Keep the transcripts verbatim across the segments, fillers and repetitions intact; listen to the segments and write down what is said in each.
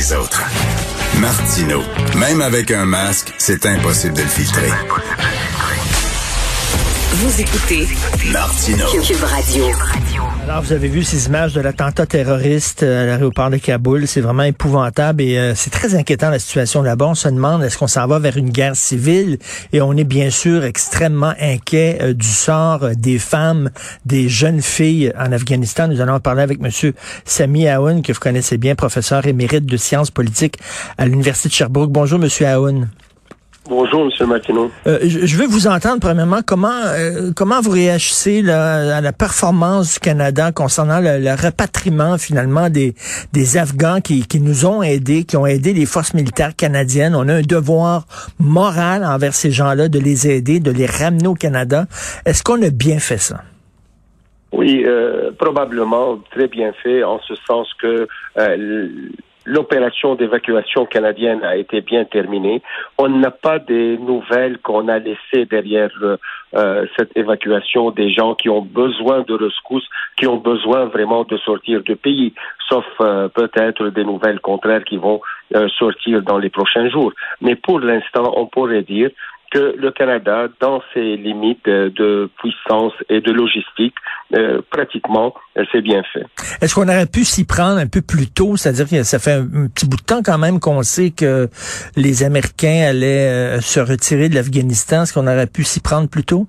les autres. Martineau, même avec un masque, c'est impossible de le filtrer. Vous écoutez Martineau. Cube Radio. Alors, vous avez vu ces images de l'attentat terroriste à l'aéroport de Kaboul. C'est vraiment épouvantable et euh, c'est très inquiétant la situation là-bas. On se demande, est-ce qu'on s'en va vers une guerre civile? Et on est bien sûr extrêmement inquiet euh, du sort euh, des femmes, des jeunes filles en Afghanistan. Nous allons en parler avec M. Sami Aoun, que vous connaissez bien, professeur émérite de sciences politiques à l'Université de Sherbrooke. Bonjour, M. Aoun. Bonjour, M. Martineau. Euh, je, je veux vous entendre, premièrement, comment euh, comment vous réagissez là, à la performance du Canada concernant le, le rapatriement, finalement, des, des Afghans qui, qui nous ont aidés, qui ont aidé les forces militaires canadiennes. On a un devoir moral envers ces gens-là de les aider, de les ramener au Canada. Est-ce qu'on a bien fait ça? Oui, euh, probablement très bien fait, en ce sens que euh, l'opération d'évacuation canadienne a été bien terminée. On n'a pas des nouvelles qu'on a laissées derrière euh, cette évacuation des gens qui ont besoin de rescousse, qui ont besoin vraiment de sortir du pays, sauf euh, peut-être des nouvelles contraires qui vont euh, sortir dans les prochains jours. Mais pour l'instant, on pourrait dire que le Canada, dans ses limites de puissance et de logistique, euh, pratiquement, c'est bien fait. Est-ce qu'on aurait pu s'y prendre un peu plus tôt? C'est-à-dire que ça fait un, un petit bout de temps quand même qu'on sait que les Américains allaient euh, se retirer de l'Afghanistan. Est-ce qu'on aurait pu s'y prendre plus tôt?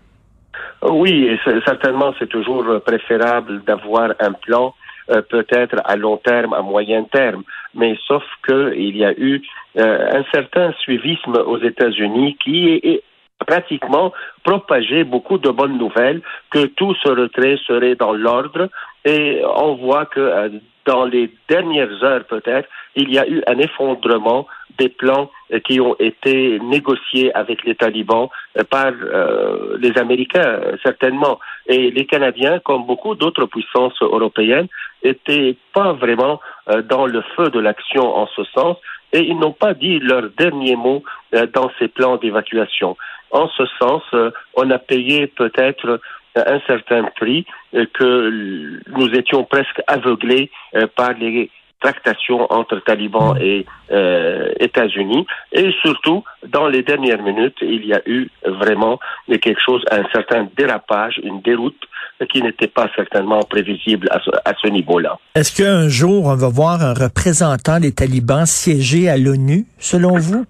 Oui, et c'est, certainement, c'est toujours préférable d'avoir un plan, euh, peut-être à long terme, à moyen terme. Mais sauf que il y a eu euh, un certain suivisme aux États-Unis qui est, est pratiquement propagé beaucoup de bonnes nouvelles, que tout ce retrait serait dans l'ordre. Et on voit que euh, dans les dernières heures, peut-être, il y a eu un effondrement des plans euh, qui ont été négociés avec les talibans euh, par euh, les Américains, euh, certainement. Et les Canadiens, comme beaucoup d'autres puissances européennes, étaient pas vraiment euh, dans le feu de l'action en ce sens, et ils n'ont pas dit leur dernier mot euh, dans ces plans d'évacuation. En ce sens, euh, on a payé peut-être un certain prix euh, que nous étions presque aveuglés euh, par les tractations entre talibans et euh, États-Unis. Et surtout, dans les dernières minutes, il y a eu vraiment quelque chose, un certain dérapage, une déroute qui n'était pas certainement prévisible à ce, à ce niveau-là. Est-ce qu'un jour, on va voir un représentant des talibans siéger à l'ONU, selon vous?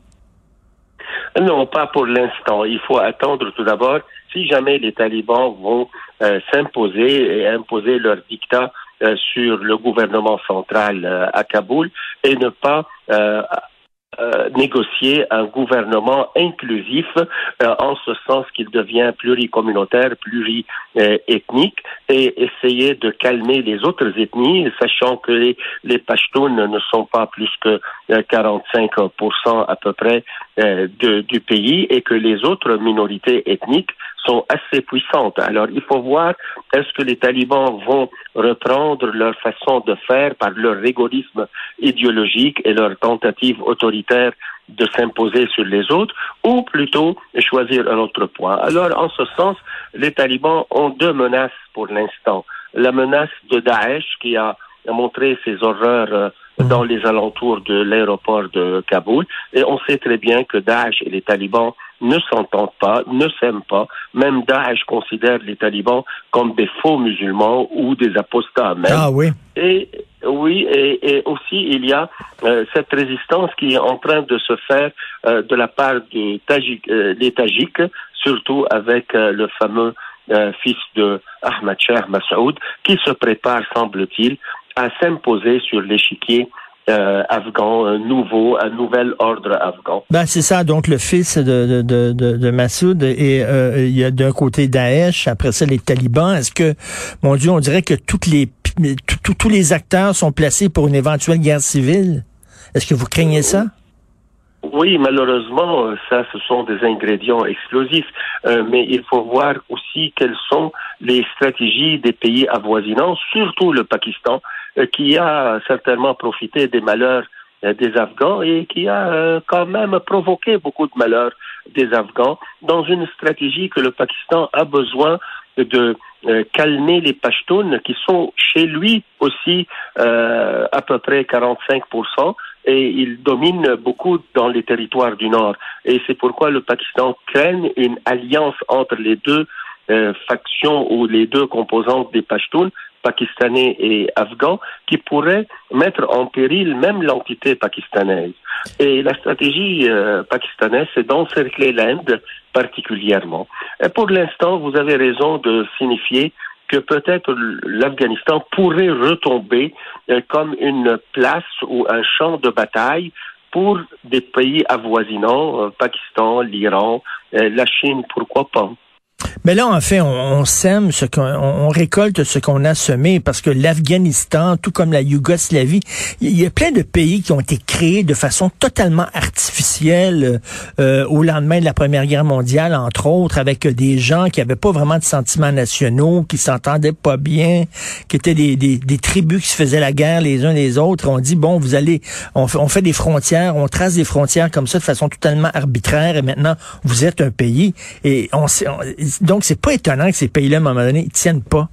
Non, pas pour l'instant. Il faut attendre tout d'abord. Si jamais les talibans vont euh, s'imposer et imposer leur dictat euh, sur le gouvernement central euh, à Kaboul et ne pas euh, euh, négocier un gouvernement inclusif euh, en ce sens qu'il devient pluricommunautaire, pluriethnique et essayer de calmer les autres ethnies, sachant que les, les Pashtuns ne sont pas plus que euh, quarante-cinq pour cent à peu près euh, de, du pays et que les autres minorités ethniques sont assez puissantes. Alors, il faut voir, est-ce que les talibans vont reprendre leur façon de faire par leur rigorisme idéologique et leur tentative autoritaire de s'imposer sur les autres, ou plutôt choisir un autre point. Alors, en ce sens, les talibans ont deux menaces pour l'instant. La menace de Daesh, qui a montré ses horreurs euh, dans les alentours de l'aéroport de Kaboul, et on sait très bien que Daesh et les talibans ne s'entendent pas, ne s'aiment pas. Même Daesh considère les talibans comme des faux musulmans ou des apostats même. Ah oui. Et oui, et, et aussi il y a euh, cette résistance qui est en train de se faire euh, de la part des Tajik, euh, des Tajiks, surtout avec euh, le fameux euh, fils de Ahmad Shah Massoud, qui se prépare, semble-t-il, à s'imposer sur l'échiquier Euh, afghan, un nouveau, un nouvel ordre afghan. Ben c'est ça, donc le fils de, de, de, de Massoud, et euh, il y a d'un côté Daesh, après ça les talibans. Est-ce que, mon Dieu, on dirait que toutes les tous les acteurs sont placés pour une éventuelle guerre civile? Est-ce que vous craignez ça? Oui, malheureusement, ça, ce sont des ingrédients explosifs. Euh, mais il faut voir aussi quelles sont les stratégies des pays avoisinants, surtout le Pakistan, euh, qui a certainement profité des malheurs euh, des Afghans et qui a euh, quand même provoqué beaucoup de malheurs des Afghans dans une stratégie que le Pakistan a besoin de euh, calmer les Pashtuns qui sont chez lui aussi euh, à peu près quarante-cinq pour cent et ils dominent beaucoup dans les territoires du Nord. Et c'est pourquoi le Pakistan craint une alliance entre les deux euh, factions ou les deux composantes des Pashtuns, pakistanais et afghans, qui pourraient mettre en péril même l'entité pakistanaise. Et la stratégie euh, pakistanaise, c'est d'encercler l'Inde particulièrement. Et pour l'instant, vous avez raison de signifier que peut-être l'Afghanistan pourrait retomber euh, comme une place ou un champ de bataille pour des pays avoisinants, euh, Pakistan, l'Iran, euh, la Chine, pourquoi pas. Mais là, en fait, on, on sème ce qu'on, on récolte ce qu'on a semé parce que l'Afghanistan, tout comme la Yougoslavie, il y a plein de pays qui ont été créés de façon totalement artificielle euh, au lendemain de la Première Guerre mondiale, entre autres, avec des gens qui avaient pas vraiment de sentiments nationaux, qui s'entendaient pas bien, qui étaient des, des, des tribus qui se faisaient la guerre les uns les autres. On dit, bon, vous allez, on fait, on fait des frontières, on trace des frontières comme ça de façon totalement arbitraire et maintenant, vous êtes un pays. Et on, on donc, c'est pas étonnant que ces pays-là, à un moment donné, ils tiennent pas.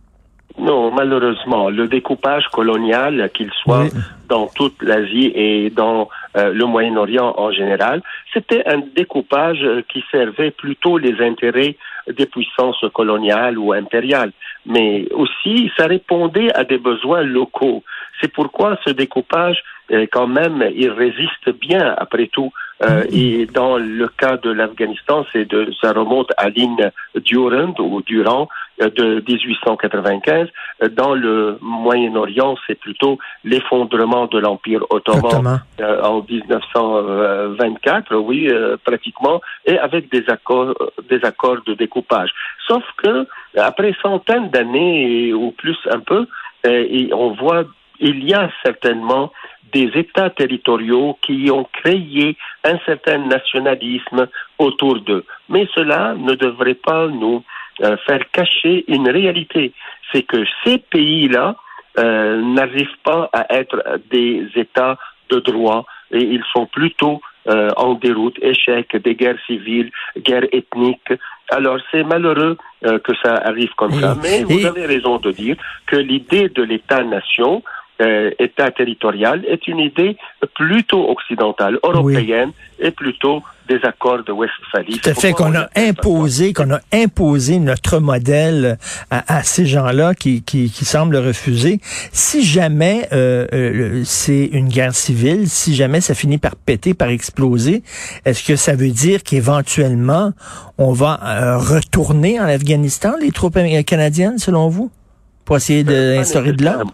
Non, malheureusement. Le découpage colonial, qu'il soit oui. dans toute l'Asie et dans euh, le Moyen-Orient en général, c'était un découpage qui servait plutôt les intérêts des puissances coloniales ou impériales. Mais aussi, ça répondait à des besoins locaux. C'est pourquoi ce découpage, euh, quand même, il résiste bien, après tout. Euh, et dans le cas de l'Afghanistan, c'est de, ça remonte à l'île Durand ou Durand euh, de dix-huit cent quatre-vingt-quinze. Euh, dans le Moyen-Orient, c'est plutôt l'effondrement de l'Empire ottoman euh, en dix-neuf cent vingt-quatre, oui, euh, pratiquement, et avec des accords, des accords de découpage. Sauf que après centaines d'années ou plus un peu, euh, et on voit, il y a certainement des États territoriaux qui ont créé un certain nationalisme autour d'eux. Mais cela ne devrait pas nous euh, faire cacher une réalité. C'est que ces pays-là euh, n'arrivent pas à être des États de droit et ils sont plutôt euh, en déroute, échec, des guerres civiles, guerres ethniques. Alors c'est malheureux euh, que ça arrive comme oui. ça. Mais vous et... avez raison de dire que l'idée de l'État-nation, Euh, État territorial est une idée plutôt occidentale, européenne, oui. et plutôt des accords de Westphalie. Tout à fait, qu'on a imposé, qu'on a imposé notre modèle à, à ces gens-là qui, qui, qui semblent refuser. Si jamais euh, euh, c'est une guerre civile, si jamais ça finit par péter, par exploser, est-ce que ça veut dire qu'éventuellement on va euh, retourner en Afghanistan, les troupes canadiennes, selon vous, pour essayer d'instaurer de l'ordre?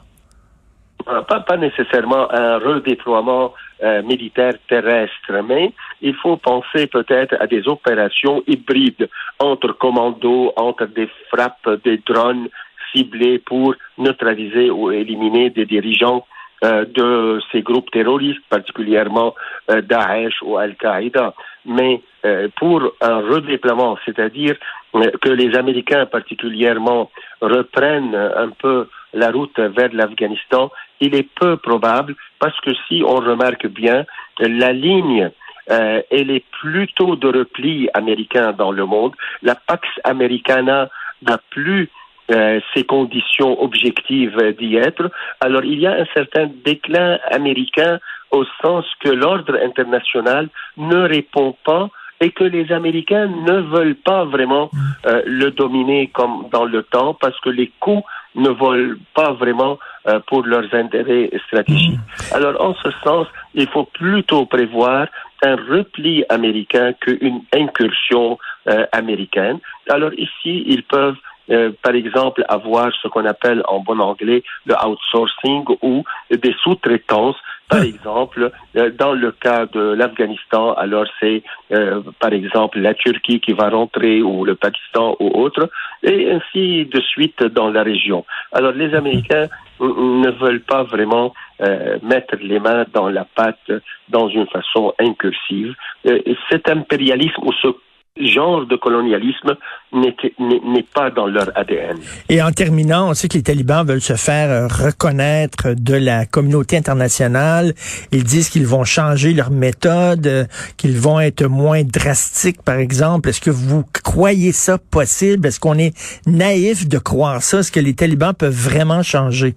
Pas, pas nécessairement un redéploiement euh, militaire terrestre, mais il faut penser peut-être à des opérations hybrides entre commandos, entre des frappes, des drones ciblés pour neutraliser ou éliminer des dirigeants euh, de ces groupes terroristes, particulièrement euh, Daesh ou Al-Qaïda. Mais euh, pour un redéploiement, c'est-à-dire euh, que les Américains particulièrement reprennent un peu la route vers l'Afghanistan, il est peu probable parce que si on remarque bien, la ligne, euh, elle est plutôt de repli américain dans le monde. La Pax Americana n'a plus euh, ces conditions objectives d'y être. Alors il y a un certain déclin américain au sens que l'ordre international ne répond pas et que les Américains ne veulent pas vraiment euh, le dominer comme dans le temps parce que les coûts ne volent pas vraiment euh, pour leurs intérêts stratégiques. Alors, en ce sens, il faut plutôt prévoir un repli américain qu'une incursion euh, américaine. Alors ici, ils peuvent, euh, par exemple, avoir ce qu'on appelle en bon anglais le outsourcing ou des sous-traitances. Par exemple, euh, dans le cas de l'Afghanistan, alors c'est euh, par exemple la Turquie qui va rentrer ou le Pakistan ou autre, et ainsi de suite dans la région. Alors les Américains ne veulent pas vraiment euh, mettre les mains dans la pâte dans une façon incursive. Euh, cet impérialisme ou ce genre de colonialisme n'est, n'est, n'est pas dans leur A D N. Et en terminant, on sait que les talibans veulent se faire euh, reconnaître de la communauté internationale. Ils disent qu'ils vont changer leur méthode, euh, qu'ils vont être moins drastiques, par exemple. Est-ce que vous croyez ça possible? Est-ce qu'on est naïf de croire ça? Est-ce que les talibans peuvent vraiment changer?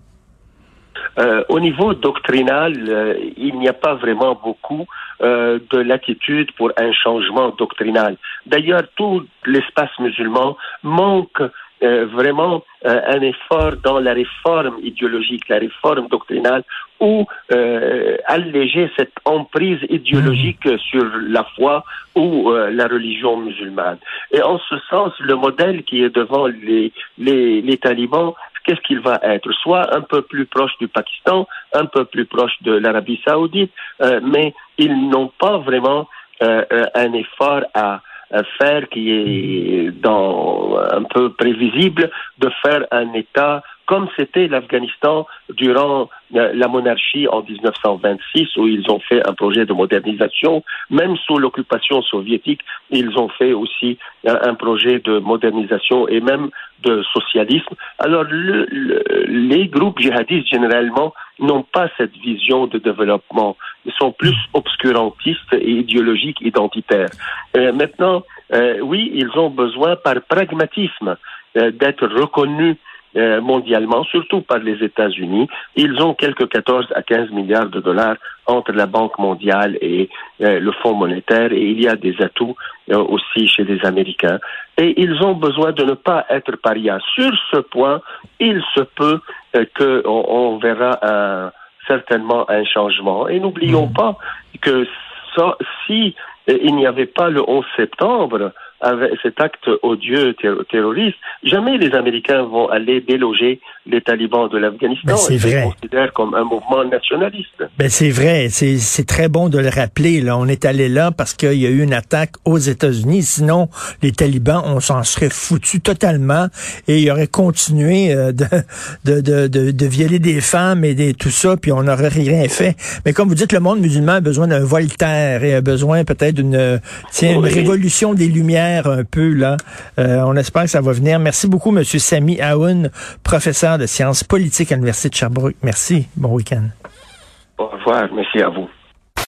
Euh, au niveau doctrinal, euh, il n'y a pas vraiment beaucoup euh, de latitude pour un changement doctrinal. D'ailleurs, tout l'espace musulman manque euh, vraiment euh, un effort dans la réforme idéologique, la réforme doctrinale, ou euh, alléger cette emprise idéologique mmh. sur la foi ou euh, la religion musulmane. Et en ce sens, le modèle qui est devant les, les, les talibans, qu'est-ce qu'il va être? Soit un peu plus proche du Pakistan, un peu plus proche de l'Arabie saoudite, euh, mais ils n'ont pas vraiment euh, un effort à, à faire qui est dans, un peu prévisible, de faire un État comme c'était l'Afghanistan durant la monarchie en dix-neuf cent vingt-six, où ils ont fait un projet de modernisation. Même sous l'occupation soviétique, ils ont fait aussi un projet de modernisation et même de socialisme. Alors, le, le, les groupes djihadistes, généralement, n'ont pas cette vision de développement. Ils sont plus obscurantistes et idéologiques, identitaires. Euh, maintenant, euh, oui, ils ont besoin, par pragmatisme, euh, d'être reconnus Euh, mondialement, surtout par les États-Unis. Ils ont quelques quatorze à quinze milliards de dollars entre la Banque mondiale et euh, le Fonds monétaire, et il y a des atouts euh, aussi chez les Américains. Et ils ont besoin de ne pas être parias. Sur ce point, il se peut euh, qu'on on verra un, certainement un changement. Et n'oublions mmh. pas que ça, si euh, il n'y avait pas le onze septembre, avec cet acte odieux terro- terroriste, jamais les Américains vont aller déloger les talibans de l'Afghanistan. Ben, c'est Ils vrai. se considèrent comme un mouvement nationaliste. Ben c'est vrai, c'est c'est très bon de le rappeler. Là, on est allé là parce qu'il y a eu une attaque aux États-Unis. Sinon, les talibans, on s'en serait foutu totalement et ils auraient continué euh, de, de de de de violer des femmes et des tout ça, puis on n'aurait rien fait. Mais comme vous dites, le monde musulman a besoin d'un Voltaire et a besoin peut-être d'une tiens une oui. révolution des Lumières un peu là. Euh, on espère que ça va venir. Merci beaucoup, M. Sami Aoun, professeur de sciences politiques à l'Université de Sherbrooke. Merci. Bon week-end. Au revoir. Merci à vous.